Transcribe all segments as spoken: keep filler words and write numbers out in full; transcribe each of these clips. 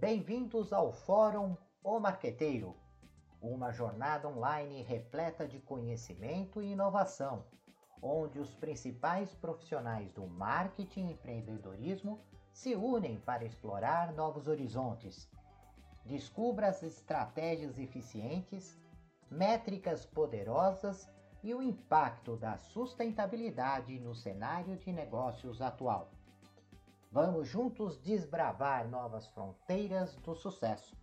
Bem-vindos ao Fórum O Marqueteiro, uma jornada online repleta de conhecimento e inovação, onde os principais profissionais do marketing e empreendedorismo se unem para explorar novos horizontes. Descubra as estratégias eficientes, métricas poderosas e o impacto da sustentabilidade no cenário de negócios atual. Vamos juntos desbravar novas fronteiras do sucesso.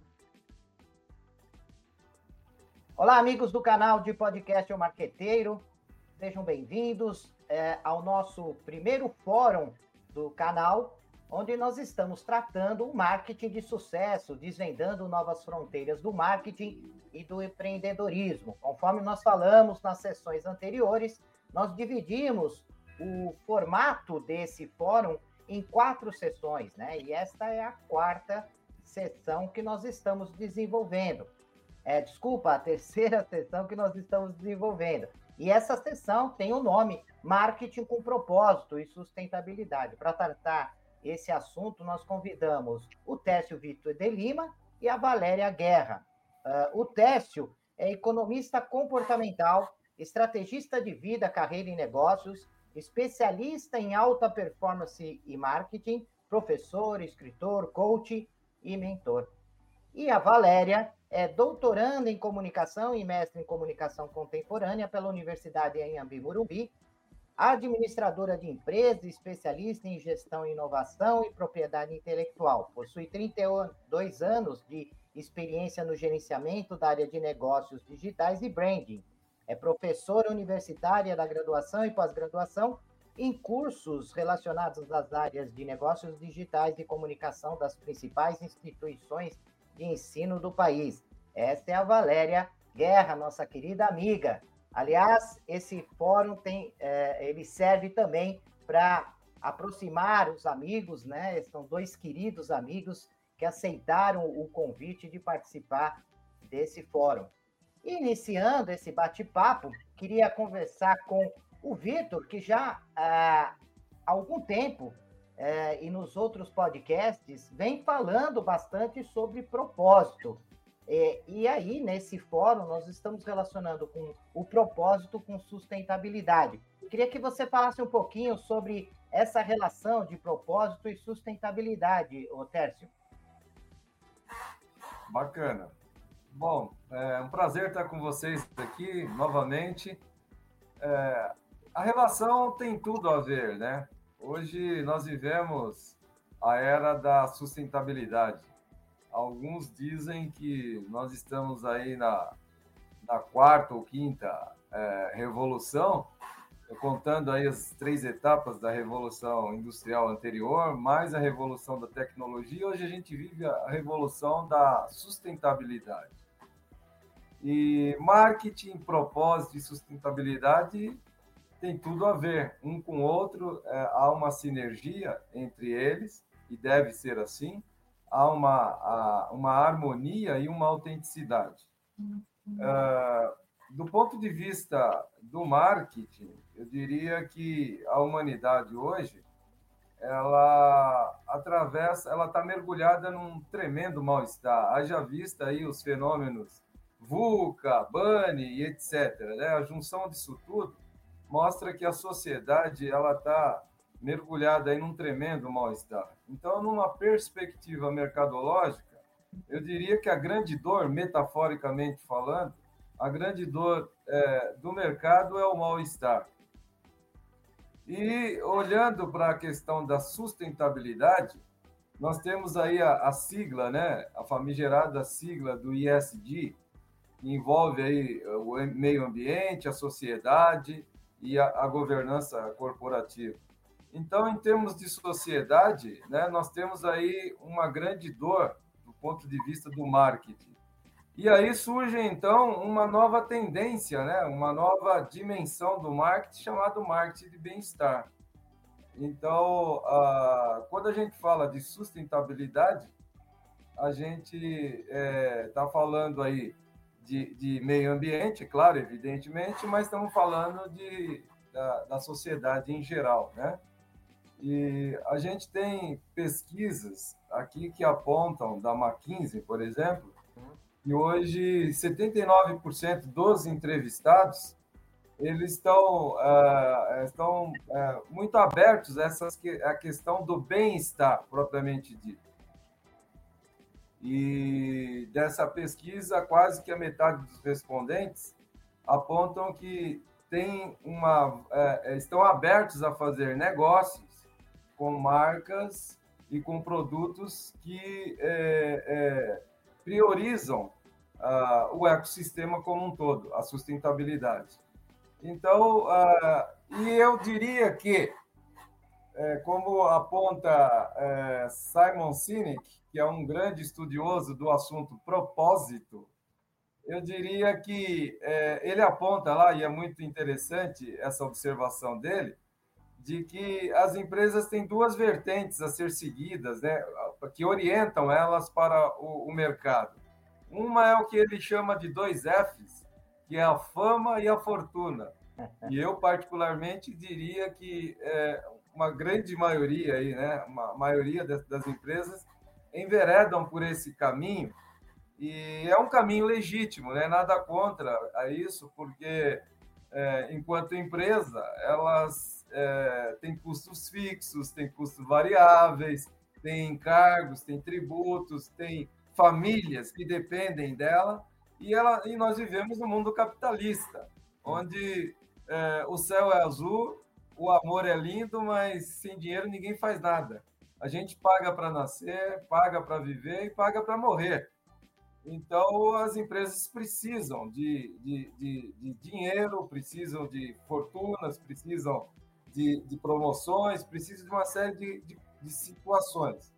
Olá, amigos do canal de podcast O Marqueteiro. Sejam bem-vindos é, ao nosso primeiro fórum do canal, onde nós estamos tratando o marketing de sucesso, desvendando novas fronteiras do marketing e do empreendedorismo. Conforme nós falamos nas sessões anteriores, nós dividimos o formato desse fórum em quatro sessões, né? E esta é a quarta sessão que nós estamos desenvolvendo. É, desculpa, a terceira sessão que nós estamos desenvolvendo. E essa sessão tem o nome Marketing com Propósito e Sustentabilidade. Para tratar esse assunto, nós convidamos o Técio Vitor de Lima e a Valéria Guerra. Uh, o Técio é economista comportamental, estrategista de vida, carreira e negócios, especialista em alta performance e marketing, professor, escritor, coach e mentor. E a Valéria é doutoranda em comunicação e mestre em comunicação contemporânea pela Universidade Anhembi Morumbi, administradora de empresas, especialista em gestão, inovação e propriedade intelectual. Possui trinta e dois anos de experiência no gerenciamento da área de negócios digitais e branding. É professora universitária da graduação e pós-graduação em cursos relacionados às áreas de negócios digitais e comunicação das principais instituições de ensino do país. Essa é a Valéria Guerra, nossa querida amiga. Aliás, esse fórum tem, é, ele serve também para aproximar os amigos, né? São dois queridos amigos que aceitaram o convite de participar desse fórum. Iniciando esse bate-papo, queria conversar com o Vitor, que já há algum tempo, é, e nos outros podcasts, vem falando bastante sobre propósito. É, e aí, nesse fórum, nós estamos relacionando com o propósito com sustentabilidade. Queria que você falasse um pouquinho sobre essa relação de propósito e sustentabilidade, ô Tércio. Bacana. Bom, é um prazer estar com vocês aqui novamente. É, a relação tem tudo a ver, né? Hoje nós vivemos a era da sustentabilidade. Alguns dizem que nós estamos aí na, na quarta ou quinta é, revolução, contando aí as três etapas da revolução industrial anterior, mais a revolução da tecnologia. Hoje a gente vive a revolução da sustentabilidade. E marketing, propósito e sustentabilidade tem tudo a ver, um com o outro, é, há uma sinergia entre eles, e deve ser assim, há uma, há uma harmonia e uma autenticidade. Uhum. Uh, do ponto de vista do marketing, eu diria que a humanidade hoje, ela atravessa, ela está mergulhada num tremendo mal-estar. Haja vista aí os fenômenos VUCA, BANI e etcétera. Né? A junção disso tudo mostra que a sociedade ela está mergulhada aí num tremendo mal-estar. Então, numa perspectiva mercadológica, eu diria que a grande dor, metaforicamente falando, a grande dor é, do mercado é o mal-estar. E olhando para a questão da sustentabilidade, nós temos aí a, a sigla, né, a famigerada sigla do E S G, que envolve aí o meio ambiente, a sociedade e a, a governança corporativa. Então, em termos de sociedade, né, nós temos aí uma grande dor do ponto de vista do marketing. E aí surge, então, uma nova tendência, né, uma nova dimensão do marketing, chamado marketing de bem-estar. Então, a, quando a gente fala de sustentabilidade, a gente está é, falando aí De, de meio ambiente, claro, evidentemente, mas estamos falando de, da, da sociedade em geral, né? E a gente tem pesquisas aqui que apontam, da McKinsey, por exemplo, que hoje setenta e nove por cento dos entrevistados eles estão, uh, estão uh, muito abertos a essa a questão do bem-estar, propriamente dito. E dessa pesquisa, quase que a metade dos respondentes apontam que tem uma, uh, estão abertos a fazer negócios com marcas e com produtos que é, é, priorizam uh, o ecossistema como um todo, a sustentabilidade. Então, uh, e eu diria que, é, como aponta é, Simon Sinek, que é um grande estudioso do assunto propósito, eu diria que é, ele aponta lá, e é muito interessante essa observação dele, de que as empresas têm duas vertentes a ser seguidas, né, que orientam elas para o, o mercado. Uma é o que ele chama de dois Fs, que é a fama e a fortuna. E eu, particularmente, diria que é, uma grande maioria, aí, né, uma maioria das, das empresas enveredam por esse caminho, e é um caminho legítimo, né, nada contra a isso, porque, é, enquanto empresa, elas é, têm custos fixos, têm custos variáveis, têm encargos, têm tributos, têm famílias que dependem dela, e, ela, e nós vivemos no mundo capitalista, onde é, o céu é azul, o amor é lindo, mas sem dinheiro ninguém faz nada. A gente paga para nascer, paga para viver e paga para morrer. Então, as empresas precisam de, de, de, de dinheiro, precisam de fortunas, precisam de, de promoções, precisam de uma série de, de, de situações.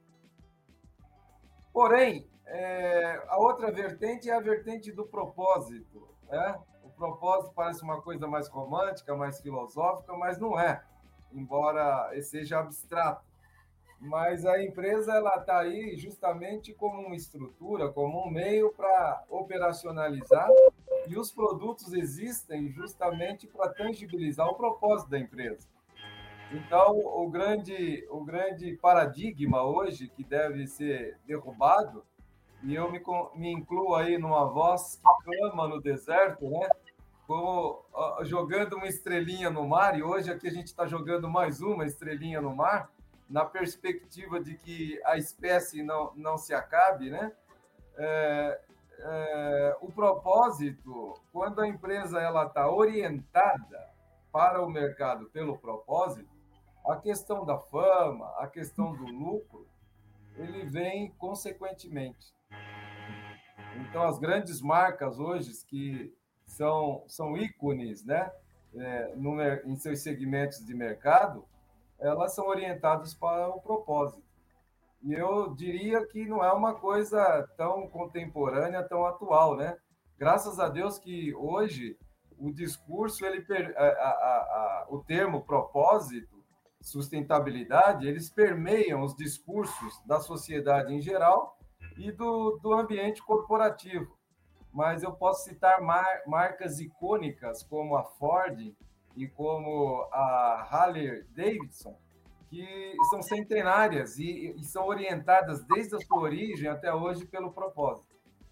Porém, é, a outra vertente é a vertente do propósito, né? O propósito parece uma coisa mais romântica, mais filosófica, mas não é, embora seja abstrato. Mas a empresa ela está aí justamente como uma estrutura, como um meio para operacionalizar, e os produtos existem justamente para tangibilizar o propósito da empresa. Então, o grande, o grande paradigma hoje que deve ser derrubado, e eu me, me incluo aí numa voz que clama no deserto, né? Como, uh, jogando uma estrelinha no mar, e hoje aqui a gente está jogando mais uma estrelinha no mar, na perspectiva de que a espécie não, não se acabe, né? É, é, o propósito, quando a empresa ela está orientada para o mercado pelo propósito, a questão da fama, a questão do lucro, ele vem consequentemente. Então, as grandes marcas hoje que são, são ícones, né? É, no, em seus segmentos de mercado, elas são orientadas para o propósito. E eu diria que não é uma coisa tão contemporânea, tão atual, né? Graças a Deus que hoje o discurso, ele, a, a, a, o termo propósito, sustentabilidade, eles permeiam os discursos da sociedade em geral e do, do ambiente corporativo. Mas eu posso citar mar, marcas icônicas como a Ford e como a Harley Davidson, que são centenárias e, e são orientadas desde a sua origem até hoje pelo propósito.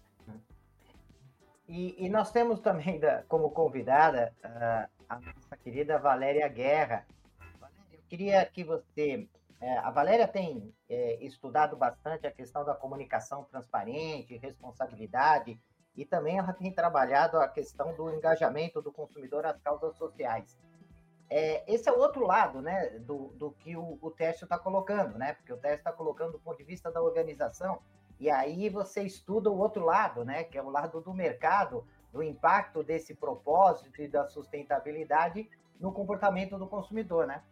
E, e nós temos também da, como convidada a, a nossa querida Valéria Guerra. Valéria, eu queria que você... É, a Valéria tem é, estudado bastante a questão da comunicação transparente, responsabilidade, e também ela tem trabalhado a questão do engajamento do consumidor às causas sociais. É, esse é o outro lado, né, do, do que o, o Tércio está colocando, né, porque o Tércio está colocando do ponto de vista da organização, e aí você estuda o outro lado, né, que é o lado do mercado, do impacto desse propósito e da sustentabilidade no comportamento do consumidor, né?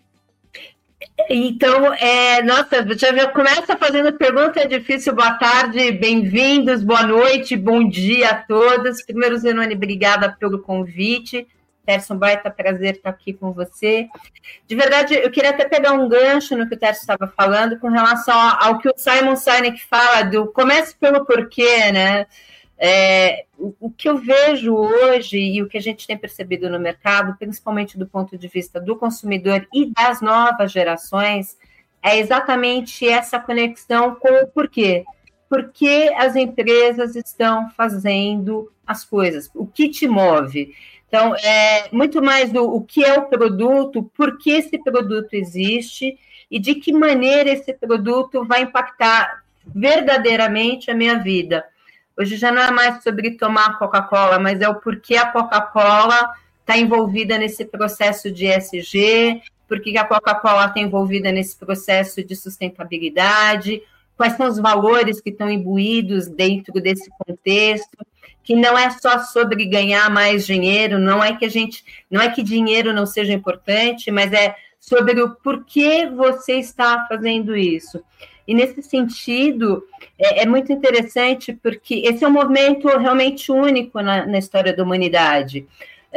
Então, é, nossa, já começa fazendo pergunta, é difícil, boa tarde, bem-vindos, boa noite, bom dia a todos. Primeiro, Zenoni, obrigada pelo convite. Tércio, um baita prazer estar aqui com você. De verdade, eu queria até pegar um gancho no que o Tércio estava falando com relação ao que o Simon Sinek fala do comece pelo porquê, né? É, o, o que eu vejo hoje e o que a gente tem percebido no mercado, principalmente do ponto de vista do consumidor e das novas gerações, é exatamente essa conexão com o porquê. Por que as empresas estão fazendo as coisas? O que te move? Então, é muito mais do o que é o produto, por que esse produto existe e de que maneira esse produto vai impactar verdadeiramente a minha vida. Hoje já não é mais sobre tomar Coca-Cola, mas é o porquê a Coca-Cola está envolvida nesse processo de E S G, por que a Coca-Cola está envolvida nesse processo de sustentabilidade, quais são os valores que estão imbuídos dentro desse contexto, que não é só sobre ganhar mais dinheiro, não é que a gente, não é que dinheiro não seja importante, mas é sobre o porquê você está fazendo isso. E nesse sentido, é, é muito interessante, porque esse é um movimento realmente único na, na história da humanidade,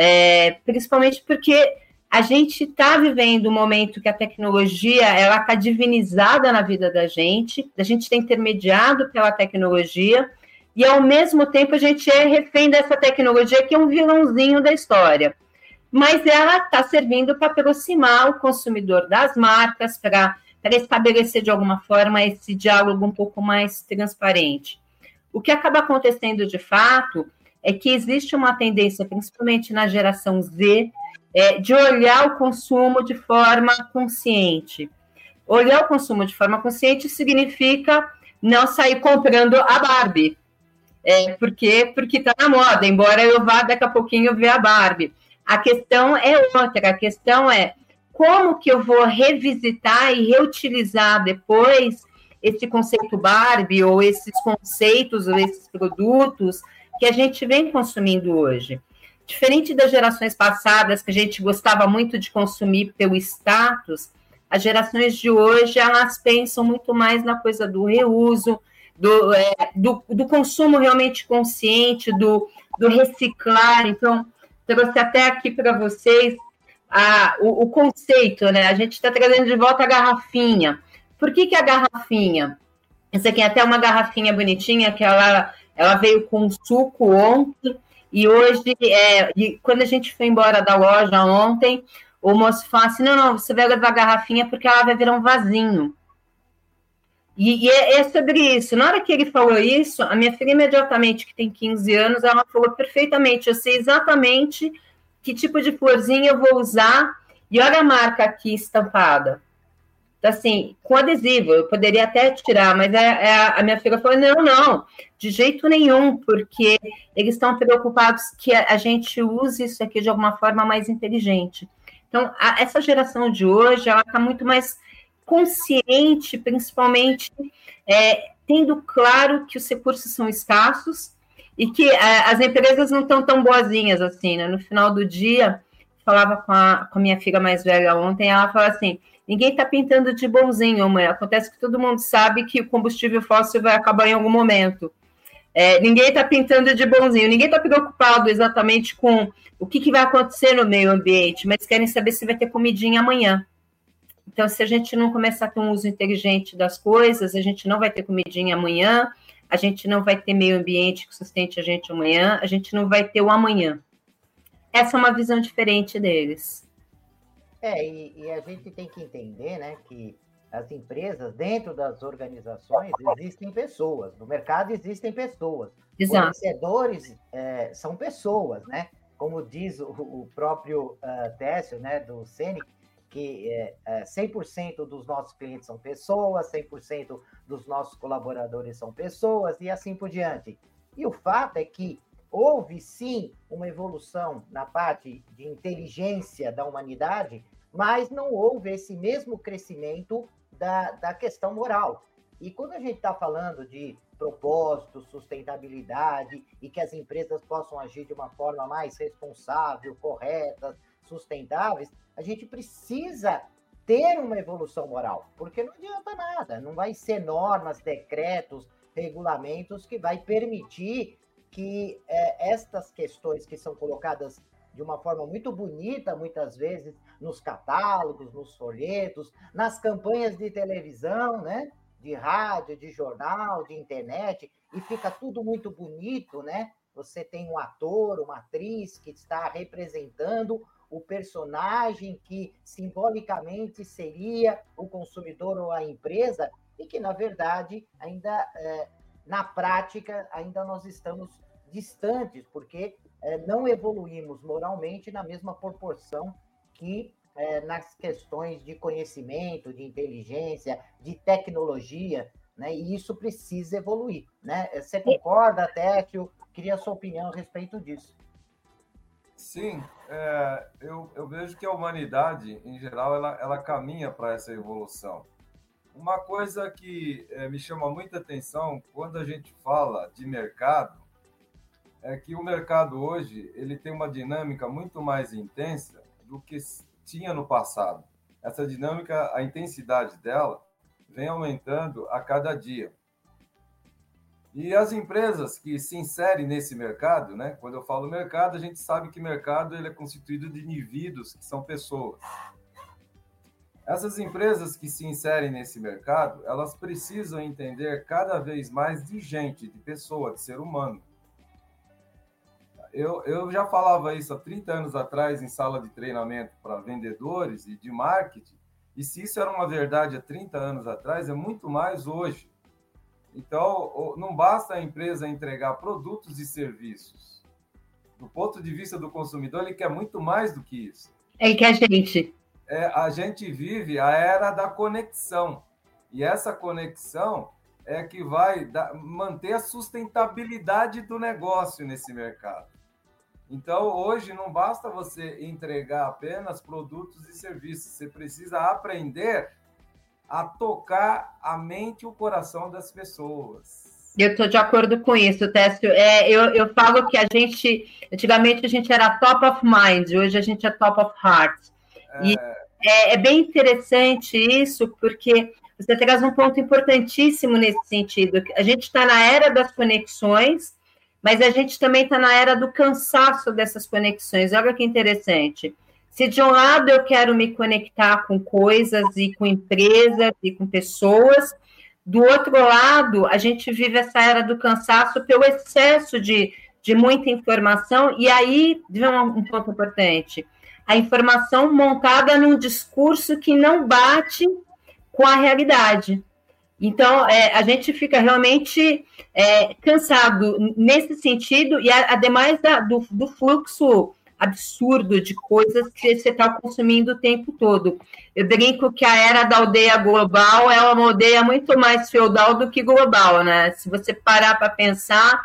é, principalmente porque a gente está vivendo um momento que a tecnologia ela está divinizada na vida da gente, a gente está intermediado pela tecnologia, e ao mesmo tempo a gente é refém dessa tecnologia, que é um vilãozinho da história. Mas ela está servindo para aproximar o consumidor das marcas, para para estabelecer de alguma forma esse diálogo um pouco mais transparente. O que acaba acontecendo de fato é que existe uma tendência, principalmente na geração Z, é, de olhar o consumo de forma consciente. Olhar o consumo de forma consciente significa não sair comprando a Barbie. É, por quê? Porque está na moda, embora eu vá daqui a pouquinho ver a Barbie. A questão é outra, a questão é como que eu vou revisitar e reutilizar depois esse conceito Barbie ou esses conceitos ou esses produtos que a gente vem consumindo hoje. Diferente das gerações passadas, que a gente gostava muito de consumir pelo status, as gerações de hoje, elas pensam muito mais na coisa do reuso, do, é, do, do consumo realmente consciente, do, do reciclar. Então, trouxe até aqui para vocês a, o, o conceito, né? A gente está trazendo de volta a garrafinha. Por que, que a garrafinha? Essa aqui é até uma garrafinha bonitinha, que ela, ela veio com suco ontem, e hoje, é, e quando a gente foi embora da loja ontem, o moço falou assim, não, não, você vai levar a garrafinha porque ela vai virar um vasinho. E, e é, é sobre isso. Na hora que ele falou isso, a minha filha imediatamente, que tem quinze anos, ela falou perfeitamente, eu sei exatamente que tipo de florzinha eu vou usar, e olha a marca aqui estampada. Então, assim, com adesivo, eu poderia até tirar, mas é, é, a minha filha falou, não, não, de jeito nenhum, porque eles estão preocupados que a, a gente use isso aqui de alguma forma mais inteligente. Então, a, essa geração de hoje, ela está muito mais consciente, principalmente é, tendo claro que os recursos são escassos e que é, as empresas não estão tão boazinhas assim, né? No final do dia, falava com a, com a minha filha mais velha ontem, ela falou assim, ninguém está pintando de bonzinho, mãe. Acontece que todo mundo sabe que o combustível fóssil vai acabar em algum momento. É, ninguém está pintando de bonzinho, ninguém está preocupado exatamente com o que, que vai acontecer no meio ambiente, mas querem saber se vai ter comidinha amanhã. Então, se a gente não começar a ter um uso inteligente das coisas, a gente não vai ter comidinha amanhã, a gente não vai ter meio ambiente que sustente a gente amanhã, a gente não vai ter o amanhã. Essa é uma visão diferente deles. É, e, e a gente tem que entender, né, que as empresas, dentro das organizações, existem pessoas, no mercado existem pessoas. Exato. Fornecedores é, são pessoas, né? Como diz o, o próprio uh, Técio, né, do Senic, que é, é, cem por cento dos nossos clientes são pessoas, cem por cento dos nossos colaboradores são pessoas, e assim por diante. E o fato é que houve, sim, uma evolução na parte de inteligência da humanidade, mas não houve esse mesmo crescimento da, da questão moral. E quando a gente está falando de propósito, sustentabilidade, e que as empresas possam agir de uma forma mais responsável, correta, sustentáveis, a gente precisa ter uma evolução moral, porque não adianta nada, não vai ser normas, decretos, regulamentos que vai permitir que é, estas questões que são colocadas de uma forma muito bonita, muitas vezes, nos catálogos, nos folhetos, nas campanhas de televisão, né? de rádio, de jornal, de internet, e fica tudo muito bonito, né? Você tem um ator, uma atriz que está representando o personagem que simbolicamente seria o consumidor ou a empresa, e que, na verdade, ainda é, na prática, ainda nós estamos distantes, porque é, não evoluímos moralmente na mesma proporção que é, nas questões de conhecimento, de inteligência, de tecnologia, né? E isso precisa evoluir, né? Você concorda, Técio? Queria a sua opinião a respeito disso. Sim, é, eu, eu vejo que a humanidade, em geral, ela, ela caminha para essa evolução. Uma coisa que é, me chama muita atenção quando a gente fala de mercado é que o mercado hoje ele tem uma dinâmica muito mais intensa do que tinha no passado. Essa dinâmica, a intensidade dela, vem aumentando a cada dia. E as empresas que se inserem nesse mercado, né? Quando eu falo mercado, a gente sabe que mercado ele é constituído de indivíduos, que são pessoas. Essas empresas que se inserem nesse mercado, elas precisam entender cada vez mais de gente, de pessoa, de ser humano. Eu, eu já falava isso há trinta anos atrás em sala de treinamento para vendedores e de marketing, e se isso era uma verdade há trinta anos atrás, é muito mais hoje. Então, não basta a empresa entregar produtos e serviços. Do ponto de vista do consumidor, ele quer muito mais do que isso. É que a gente... É, a gente vive a era da conexão. E essa conexão é que vai dar, manter a sustentabilidade do negócio nesse mercado. Então, hoje, não basta você entregar apenas produtos e serviços. Você precisa aprender a tocar a mente e o coração das pessoas. Eu estou de acordo com isso, Técio. É, eu, eu falo que a gente, antigamente a gente era top of mind, hoje a gente é top of heart. É... E é, é bem interessante isso, porque você traz um ponto importantíssimo nesse sentido. A gente está na era das conexões, mas a gente também está na era do cansaço dessas conexões. Olha que interessante. Se de um lado eu quero me conectar com coisas e com empresas e com pessoas, do outro lado, a gente vive essa era do cansaço pelo excesso de, de muita informação, e aí, vem um, um ponto importante, a informação montada num discurso que não bate com a realidade. Então, é, a gente fica realmente é, cansado nesse sentido, e ademais da, do, do fluxo absurdo de coisas que você está consumindo o tempo todo. Eu brinco que a era da aldeia global é uma aldeia muito mais feudal do que global, né? Se você parar para pensar,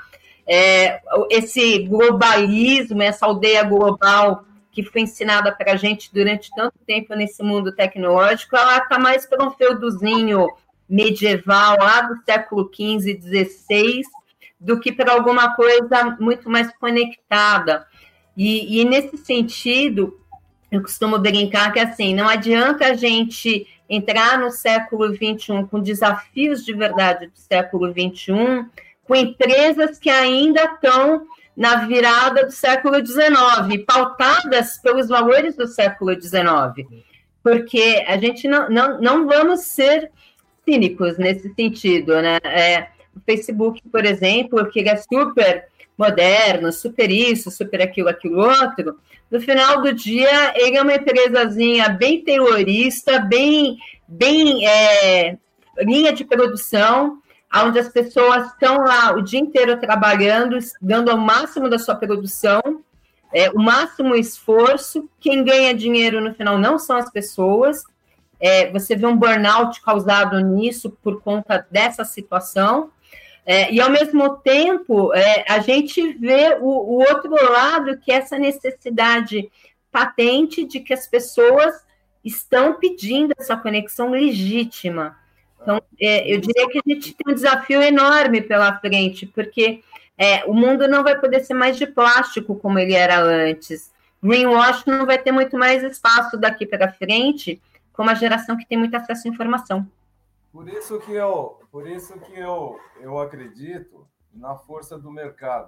é, esse globalismo, essa aldeia global que foi ensinada para a gente durante tanto tempo nesse mundo tecnológico, ela está mais para um feudozinho medieval lá do século quinze, dezesseis, do que para alguma coisa muito mais conectada. E, e, nesse sentido, eu costumo brincar que, assim, não adianta a gente entrar no século vinte e um com desafios de verdade do século vinte e um, com empresas que ainda estão na virada do século dezenove, pautadas pelos valores do século dezenove, porque a gente não, não, não vamos ser cínicos nesse sentido, né? É, o Facebook, por exemplo, que ele é super moderno, super isso, super aquilo, aquilo outro, no final do dia, ele é uma empresazinha bem terrorista, bem, bem é, linha de produção, onde as pessoas estão lá o dia inteiro trabalhando, dando o máximo da sua produção, é, o máximo esforço. Quem ganha dinheiro no final não são as pessoas. É, você vê um burnout causado nisso por conta dessa situação. É, e, ao mesmo tempo, é, a gente vê o, o outro lado, que é essa necessidade patente de que as pessoas estão pedindo essa conexão legítima. Então, é, eu diria que a gente tem um desafio enorme pela frente, porque é, o mundo não vai poder ser mais de plástico como ele era antes. Greenwash não vai ter muito mais espaço daqui para frente, com uma geração que tem muito acesso à informação. Por isso que eu, por isso que eu, eu acredito na força do mercado,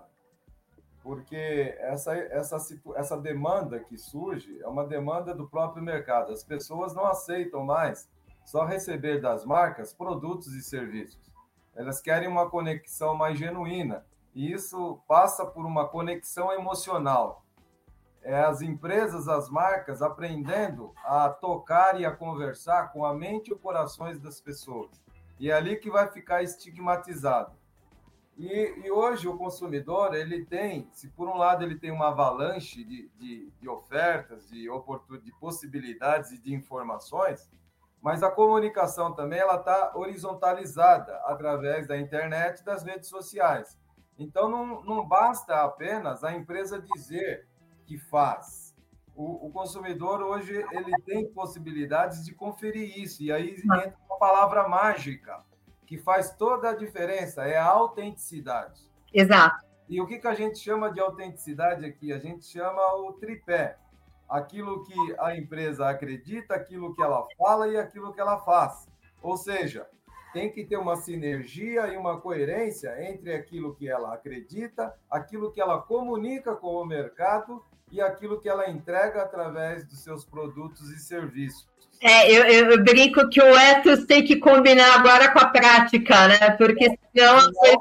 porque essa, essa, essa demanda que surge é uma demanda do próprio mercado. As pessoas não aceitam mais só receber das marcas produtos e serviços. Elas querem uma conexão mais genuína, e isso passa por uma conexão emocional. É as empresas, as marcas, aprendendo a tocar e a conversar com a mente e o coração das pessoas. E é ali que vai ficar estigmatizado. E, e hoje o consumidor, ele tem, se por um lado ele tem uma avalanche de, de, de ofertas, de, oportun, de possibilidades e de informações, mas a comunicação também ela está horizontalizada através da internet e das redes sociais. Então, não, não basta apenas a empresa dizer que faz. O, o consumidor, hoje, ele tem possibilidades de conferir isso. E aí entra uma palavra mágica, que faz toda a diferença, é a autenticidade. Exato. E o que, que a gente chama de autenticidade aqui? A gente chama o tripé. Aquilo que a empresa acredita, aquilo que ela fala e aquilo que ela faz. Ou seja, tem que ter uma sinergia e uma coerência entre aquilo que ela acredita, aquilo que ela comunica com o mercado e aquilo que ela entrega através dos seus produtos e serviços. É, eu, eu brinco que o ethos tem que combinar agora com a prática, né? Porque senão a coisa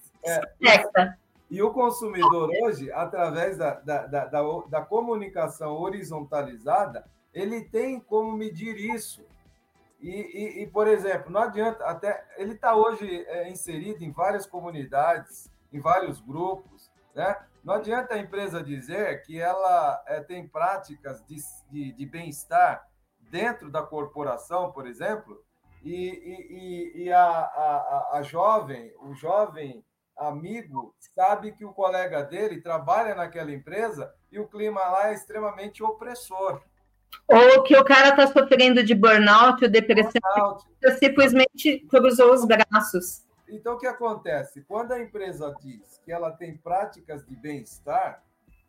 é, E o consumidor hoje, através da, da, da, da, da comunicação horizontalizada, ele tem como medir isso. E, e, e, por exemplo, não adianta, até ele está hoje é, inserido em várias comunidades, em vários grupos, né? Não adianta a empresa dizer que ela é, tem práticas de, de, de bem-estar dentro da corporação, por exemplo, e, e, e a, a, a jovem, o jovem amigo sabe que o colega dele trabalha naquela empresa e o clima lá é extremamente opressor. Ou que o cara está sofrendo de burnout ou depressão, burnout. Simplesmente cruzou os braços. Então, o que acontece? Quando a empresa diz que ela tem práticas de bem-estar,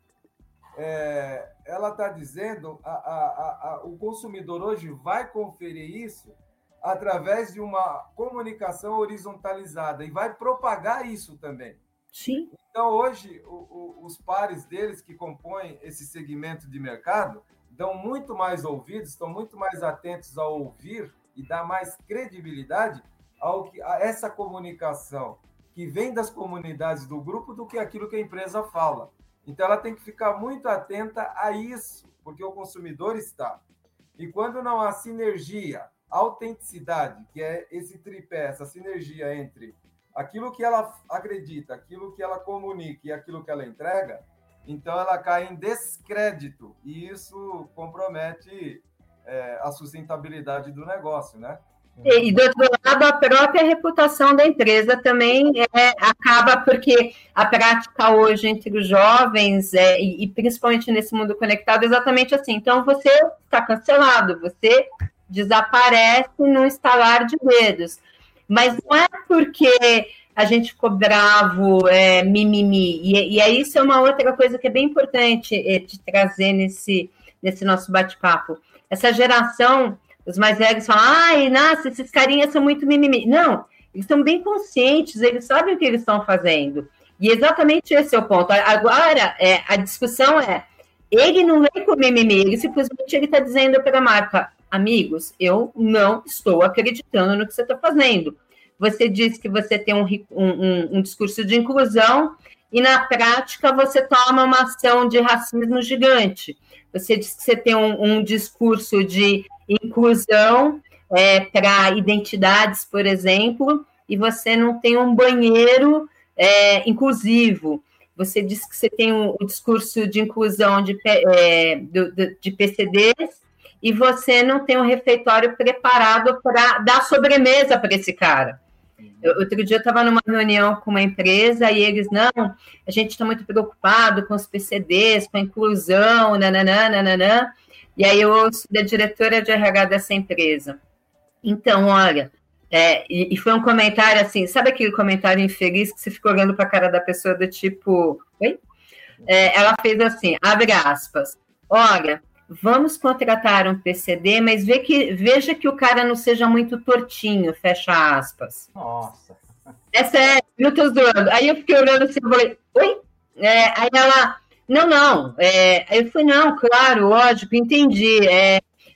é, ela está dizendo, a, a, a, o consumidor hoje vai conferir isso através de uma comunicação horizontalizada e vai propagar isso também. Sim. Então, hoje, o, o, os pares deles que compõem esse segmento de mercado dão muito mais ouvidos, estão muito mais atentos a ouvir e dar mais credibilidade ao que, a essa comunicação que vem das comunidades do grupo do que aquilo que a empresa fala. Então, ela tem que ficar muito atenta a isso, porque o consumidor está. E quando não há sinergia, autenticidade, que é esse tripé, essa sinergia entre aquilo que ela acredita, aquilo que ela comunica e aquilo que ela entrega, então ela cai em descrédito, e isso compromete é, a sustentabilidade do negócio, né? E, do outro lado, a própria reputação da empresa também é, acaba, porque a prática hoje entre os jovens, é, e, e principalmente nesse mundo conectado, é exatamente assim. Então, você está cancelado, você desaparece num estalar de dedos. Mas não é porque a gente ficou bravo, é, mimimi. E, e aí isso é uma outra coisa que é bem importante é, de trazer nesse, nesse nosso bate-papo. Essa geração... Os mais velhos falam, ai, nossa, esses carinhas são muito mimimi. Não, eles estão bem conscientes, eles sabem o que eles estão fazendo. E exatamente esse é o ponto. Agora, é, a discussão é, ele não vem com mimimi, ele simplesmente está dizendo para a marca, amigos, eu não estou acreditando no que você está fazendo. Você diz que você tem um, um, um discurso de inclusão e, na prática, você toma uma ação de racismo gigante. Você diz que você tem um, um discurso de inclusão é, para identidades, por exemplo, e você não tem um banheiro é, inclusivo. Você diz que você tem o um, um discurso de inclusão de, é, de, de P C Ds e você não tem um refeitório preparado para dar sobremesa para esse cara. Eu, outro dia eu estava numa reunião com uma empresa e eles, não, a gente está muito preocupado com os P C Ds, com a inclusão, nananã, nananã. E aí eu ouço da diretora de R H dessa empresa. Então, olha, é, e, e foi um comentário assim, sabe aquele comentário infeliz que você fica olhando para a cara da pessoa do tipo, oi? É, ela fez assim, abre aspas, olha, vamos contratar um P C D, mas vê que, veja que o cara não seja muito tortinho, fecha aspas. Nossa. Essa é, eu tô zoando. Aí eu fiquei olhando assim, falei, oi? É, aí ela... Não, não. É, eu falei, não, claro, lógico, entendi. É,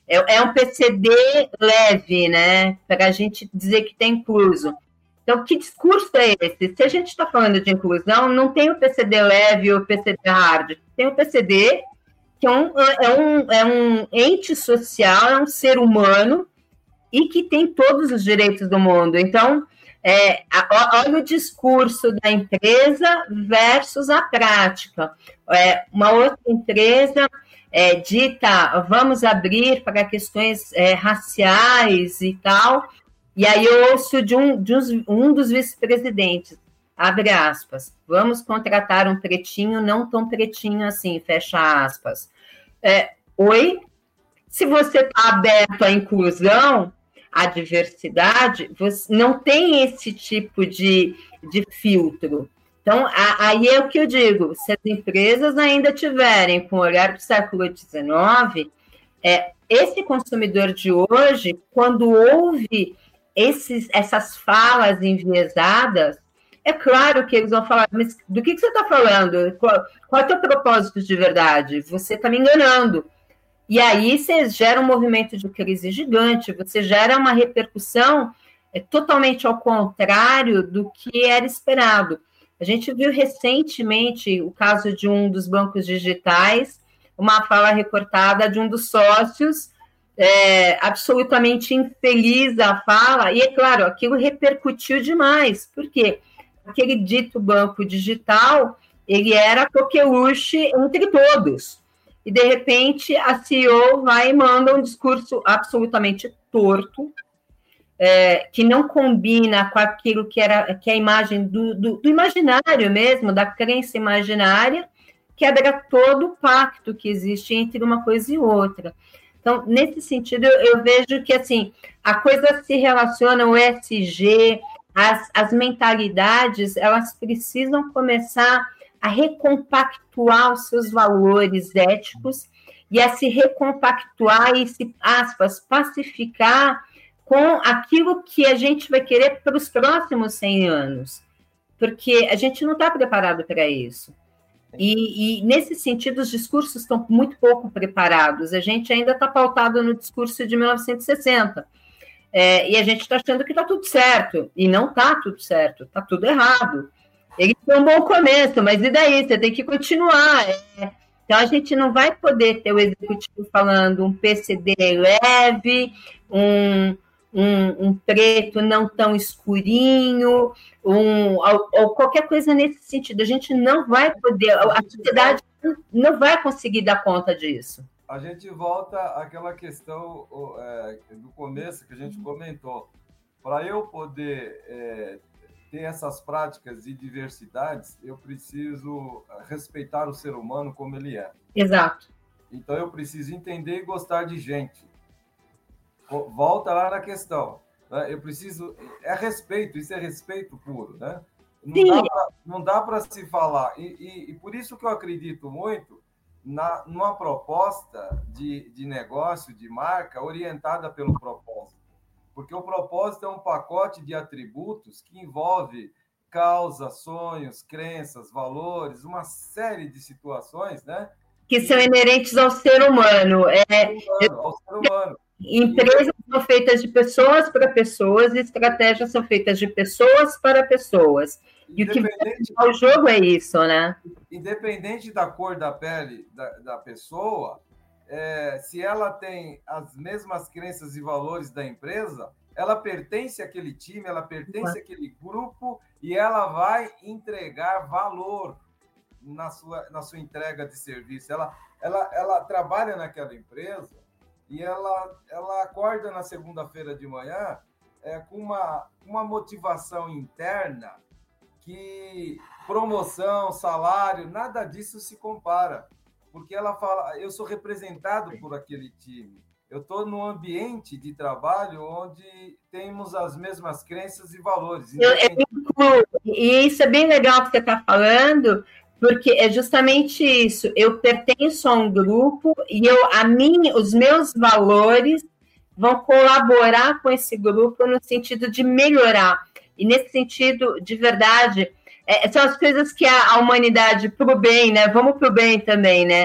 é, é um P C D leve, né? Para a gente dizer que tem incluso. Então, que discurso é esse? Se a gente está falando de inclusão, não tem o P C D leve ou o P C D hard. Tem o P C D, que é um, é um, é um ente social, é um ser humano, e que tem todos os direitos do mundo. Então, é, olha o discurso da empresa versus a prática. É, uma outra empresa é, dita, vamos abrir para questões é, raciais e tal, e aí eu ouço de um, de uns, um dos vice-presidentes, abre aspas, vamos contratar um pretinho, não tão pretinho assim, fecha aspas. É, oi? Se você está aberto à inclusão, à diversidade, você não tem esse tipo de, de filtro. Então, a, aí é o que eu digo, se as empresas ainda tiverem com o olhar do século dezenove, é, esse consumidor de hoje, quando ouve esses, essas falas enviesadas, é claro que eles vão falar, mas do que, que você está falando? Qual, qual é o teu propósito de verdade? Você está me enganando. E aí você gera um movimento de crise gigante, você gera uma repercussão é, totalmente ao contrário do que era esperado. A gente viu recentemente o caso de um dos bancos digitais, uma fala recortada de um dos sócios, é, absolutamente infeliz da fala, e é claro, aquilo repercutiu demais. Por quê? Aquele dito banco digital, ele era a coqueluche entre todos. E, de repente, a C E O vai e manda um discurso absolutamente torto, é, que não combina com aquilo que, era, que é a imagem do, do, do imaginário mesmo, da crença imaginária, quebra todo o pacto que existe entre uma coisa e outra. Então, nesse sentido, eu, eu vejo que, assim, a coisa se relaciona, o E S G, as, as mentalidades, elas precisam começar a recompactuar os seus valores éticos e a se recompactuar e se, aspas, pacificar com aquilo que a gente vai querer para os próximos cem anos, porque a gente não está preparado para isso. E, e, nesse sentido, os discursos estão muito pouco preparados. A gente ainda está pautado no discurso de mil novecentos e sessenta. É, e a gente está achando que está tudo certo. E não está tudo certo, está tudo errado. Ele foi um bom começo, mas e daí? Você tem que continuar. É. Então, a gente não vai poder ter o executivo falando um P C D leve, um, um, um preto não tão escurinho, um, ou, ou qualquer coisa nesse sentido. A gente não vai poder, a sociedade não vai conseguir dar conta disso. A gente volta àquela questão é, do começo que a gente comentou. Para eu poder é, ter essas práticas de diversidades, eu preciso respeitar o ser humano como ele é. Exato. Então, eu preciso entender e gostar de gente. Volta lá na questão. Né? Eu preciso... É respeito, isso é respeito puro, né? Não dá para se falar. E, e, e por isso que eu acredito muito na, numa proposta de, de negócio, de marca, orientada pelo propósito. Porque o propósito é um pacote de atributos que envolve causa, sonhos, crenças, valores, uma série de situações, né? Que são inerentes ao ser humano. É, humano, ao ser humano. Empresas e... são feitas de pessoas para pessoas e estratégias são feitas de pessoas para pessoas. E o que o jogo é isso, né? Independente da cor da pele da, da pessoa, é, se ela tem as mesmas crenças e valores da empresa, ela pertence àquele time, ela pertence uhum. àquele grupo e ela vai entregar valor na sua, na sua entrega de serviço. Ela, ela, ela trabalha naquela empresa e ela, ela acorda na segunda-feira de manhã é, com uma, uma motivação interna que promoção, salário, nada disso se compara. Porque ela fala, eu sou representado por aquele time. Eu estou num ambiente de trabalho onde temos as mesmas crenças e valores. Eu, eu incluo, e isso é bem legal que você está falando, porque é justamente isso. Eu pertenço a um grupo e eu, a mim, os meus valores vão colaborar com esse grupo no sentido de melhorar. E nesse sentido, de verdade, é, são as coisas que a, a humanidade, para o bem, né? Vamos para o bem também, né?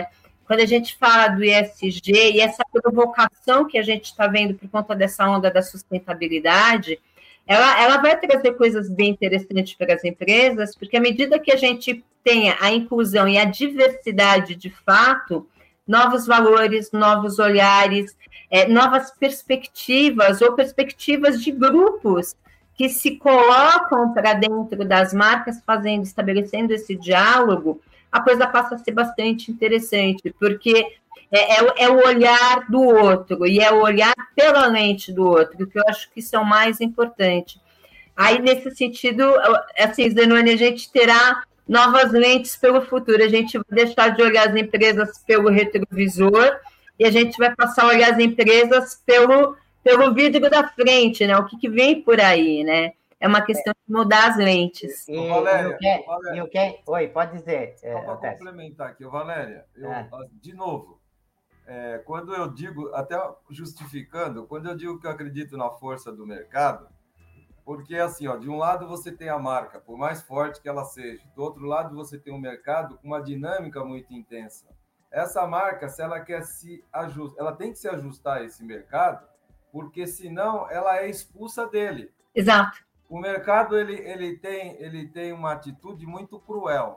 quando a gente fala do E S G e essa provocação que a gente está vendo por conta dessa onda da sustentabilidade, ela, ela vai trazer coisas bem interessantes para as empresas, porque à medida que a gente tenha a inclusão e a diversidade de fato, novos valores, novos olhares, é, novas perspectivas ou perspectivas de grupos que se colocam para dentro das marcas, fazendo, estabelecendo esse diálogo, a coisa passa a ser bastante interessante, porque é, é, é o olhar do outro, e é o olhar pela lente do outro, que eu acho que isso é o mais importante. Aí, nesse sentido, assim, Zenoni, a gente terá novas lentes pelo futuro, a gente vai deixar de olhar as empresas pelo retrovisor, e a gente vai passar a olhar as empresas pelo, pelo vidro da frente, né? O que, que vem por aí, né? É uma questão de mudar as lentes. E, Valéria, e o que, Valéria, e o que, oi, pode dizer. Só para complementar aqui, Valéria, eu, é. de novo, é, quando eu digo, até justificando, quando eu digo que eu acredito na força do mercado, porque assim, ó, de um lado você tem a marca, por mais forte que ela seja, do outro lado você tem um mercado com uma dinâmica muito intensa. Essa marca, se ela quer se ajustar, ela tem que se ajustar a esse mercado, porque senão ela é expulsa dele. Exato. O mercado ele, ele, tem, ele tem uma atitude muito cruel.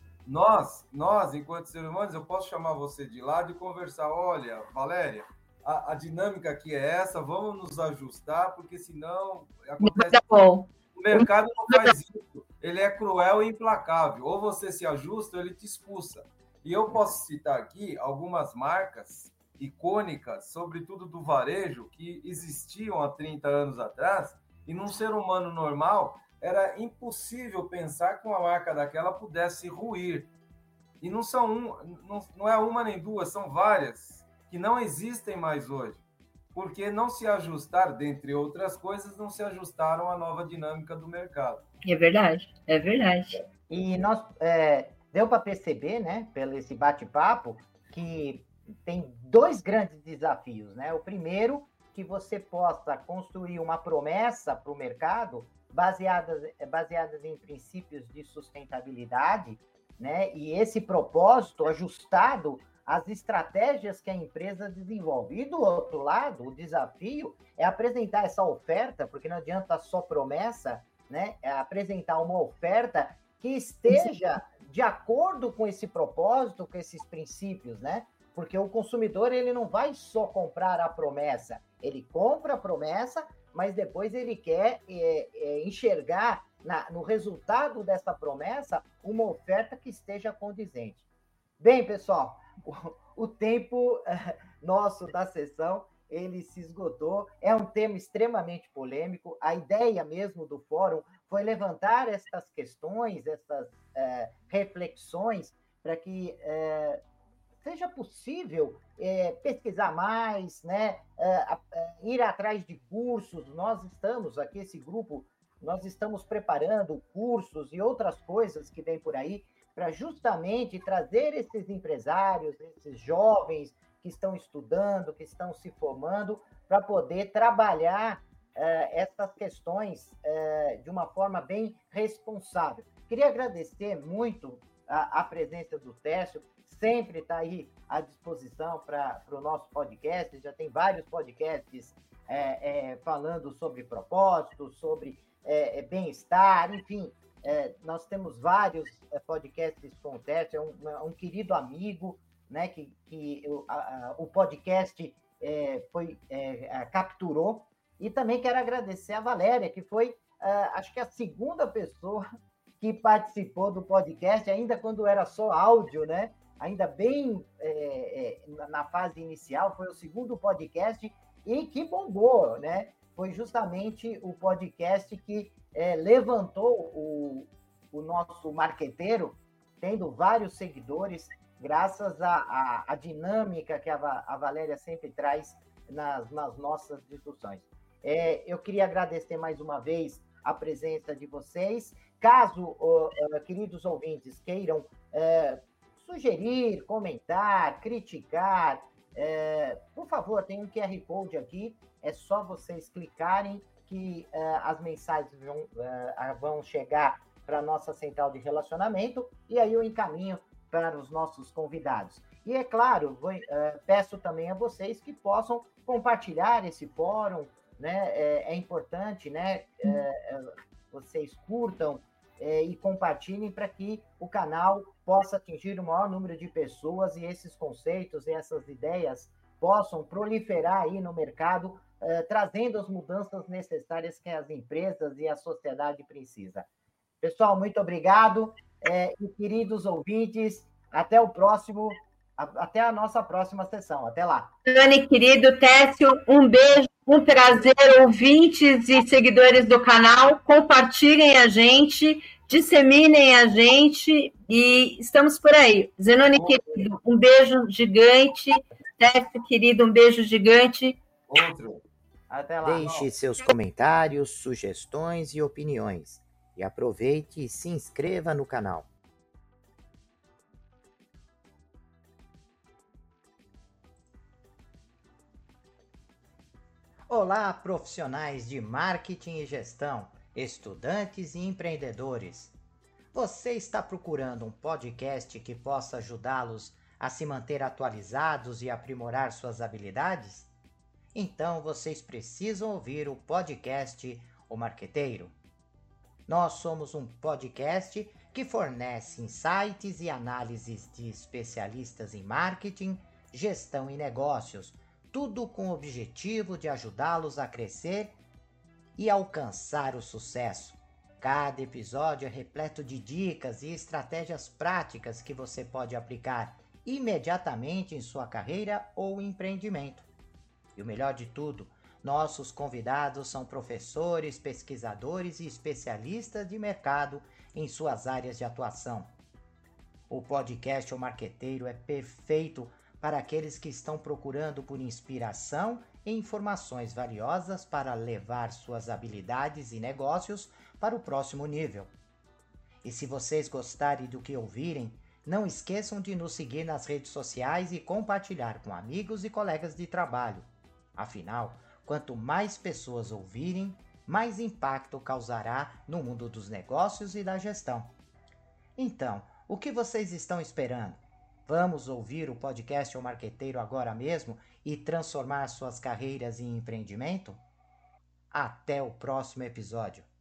Nós, nós, enquanto seres humanos, eu posso chamar você de lado e conversar. Olha, Valéria, a, a dinâmica aqui é essa, vamos nos ajustar, porque senão acontece... Bom. O mercado não faz isso. Ele é cruel e implacável. Ou você se ajusta ou ele te expulsa. E eu posso citar aqui algumas marcas icônicas, sobretudo do varejo, que existiam há trinta anos atrás, e num ser humano normal, era impossível pensar que uma marca daquela pudesse ruir. E não são um, não, não é uma nem duas, são várias, que não existem mais hoje. Porque não se ajustaram, dentre outras coisas, não se ajustaram à nova dinâmica do mercado. É verdade, é verdade. E nós, é, deu para perceber, né, pelo esse bate-papo, que tem dois grandes desafios, né? O primeiro, que você possa construir uma promessa para o mercado baseadas, baseadas em princípios de sustentabilidade, né? E esse propósito ajustado às estratégias que a empresa desenvolve. E do outro lado, o desafio é apresentar essa oferta, porque não adianta só promessa, né? É apresentar uma oferta que esteja de acordo com esse propósito, com esses princípios, né? Porque o consumidor ele não vai só comprar a promessa, ele compra a promessa, mas depois ele quer é, é, enxergar na, no resultado dessa promessa uma oferta que esteja condizente. Bem, pessoal, o, o tempo é, nosso da sessão ele se esgotou. É um tema extremamente polêmico. A ideia mesmo do fórum foi levantar essas questões, essas é, reflexões, para que é, seja possível é, pesquisar mais, né? É, é, ir atrás de cursos. Nós estamos aqui, esse grupo, nós estamos preparando cursos e outras coisas que vêm por aí para justamente trazer esses empresários, esses jovens que estão estudando, que estão se formando, para poder trabalhar é, essas questões é, de uma forma bem responsável. Queria agradecer muito a, a presença do Técio, sempre está aí à disposição para o nosso podcast, já tem vários podcasts é, é, falando sobre propósito, sobre é, bem-estar, enfim, é, nós temos vários podcasts com o Técio, é um, um querido amigo, né, que, que o, a, o podcast é, foi, é, capturou, e também quero agradecer a Valéria, que foi, a, acho que a segunda pessoa que participou do podcast, ainda quando era só áudio, né? Ainda bem é, é, na fase inicial, foi o segundo podcast e que bombou, né? Foi justamente o podcast que é, levantou o, o nosso marqueteiro, tendo vários seguidores, graças à, à dinâmica que a, a Valéria sempre traz nas, nas nossas discussões. É, eu queria agradecer mais uma vez a presença de vocês. Caso, oh, uh, queridos ouvintes, queiram uh, sugerir, comentar, criticar, uh, por favor, tem um Q R Code aqui, é só vocês clicarem que uh, as mensagens vão, uh, vão chegar para a nossa central de relacionamento e aí eu encaminho para os nossos convidados. E é claro, vou, uh, peço também a vocês que possam compartilhar esse fórum, né? É, é importante, né? É, vocês curtam é, e compartilhem para que o canal possa atingir o maior número de pessoas e esses conceitos e essas ideias possam proliferar aí no mercado, é, trazendo as mudanças necessárias que as empresas e a sociedade precisam. Pessoal, muito obrigado. É, e queridos ouvintes, até o próximo, até a nossa próxima sessão. Até lá. Dani, querido Técio, um beijo, um prazer, ouvintes e seguidores do canal. Compartilhem a gente, disseminem a gente e estamos por aí. Zenoni, querido, um beijo gigante. Técio, querido, um beijo gigante. Outro. Até lá. Deixe seus comentários, sugestões e opiniões. E aproveite e se inscreva no canal. Olá, profissionais de marketing e gestão, estudantes e empreendedores. Você está procurando um podcast que possa ajudá-los a se manter atualizados e aprimorar suas habilidades? Então vocês precisam ouvir o podcast O Marqueteiro. Nós somos um podcast que fornece insights e análises de especialistas em marketing, gestão e negócios, tudo com o objetivo de ajudá-los a crescer e alcançar o sucesso. Cada episódio é repleto de dicas e estratégias práticas que você pode aplicar imediatamente em sua carreira ou empreendimento. E o melhor de tudo, nossos convidados são professores, pesquisadores e especialistas de mercado em suas áreas de atuação. O podcast O Marqueteiro é perfeito para aqueles que estão procurando por inspiração e informações valiosas para levar suas habilidades e negócios para o próximo nível. E se vocês gostarem do que ouvirem, não esqueçam de nos seguir nas redes sociais e compartilhar com amigos e colegas de trabalho. Afinal, quanto mais pessoas ouvirem, mais impacto causará no mundo dos negócios e da gestão. Então, o que vocês estão esperando? Vamos ouvir o podcast O Marqueteiro agora mesmo e transformar suas carreiras em empreendimento? Até o próximo episódio.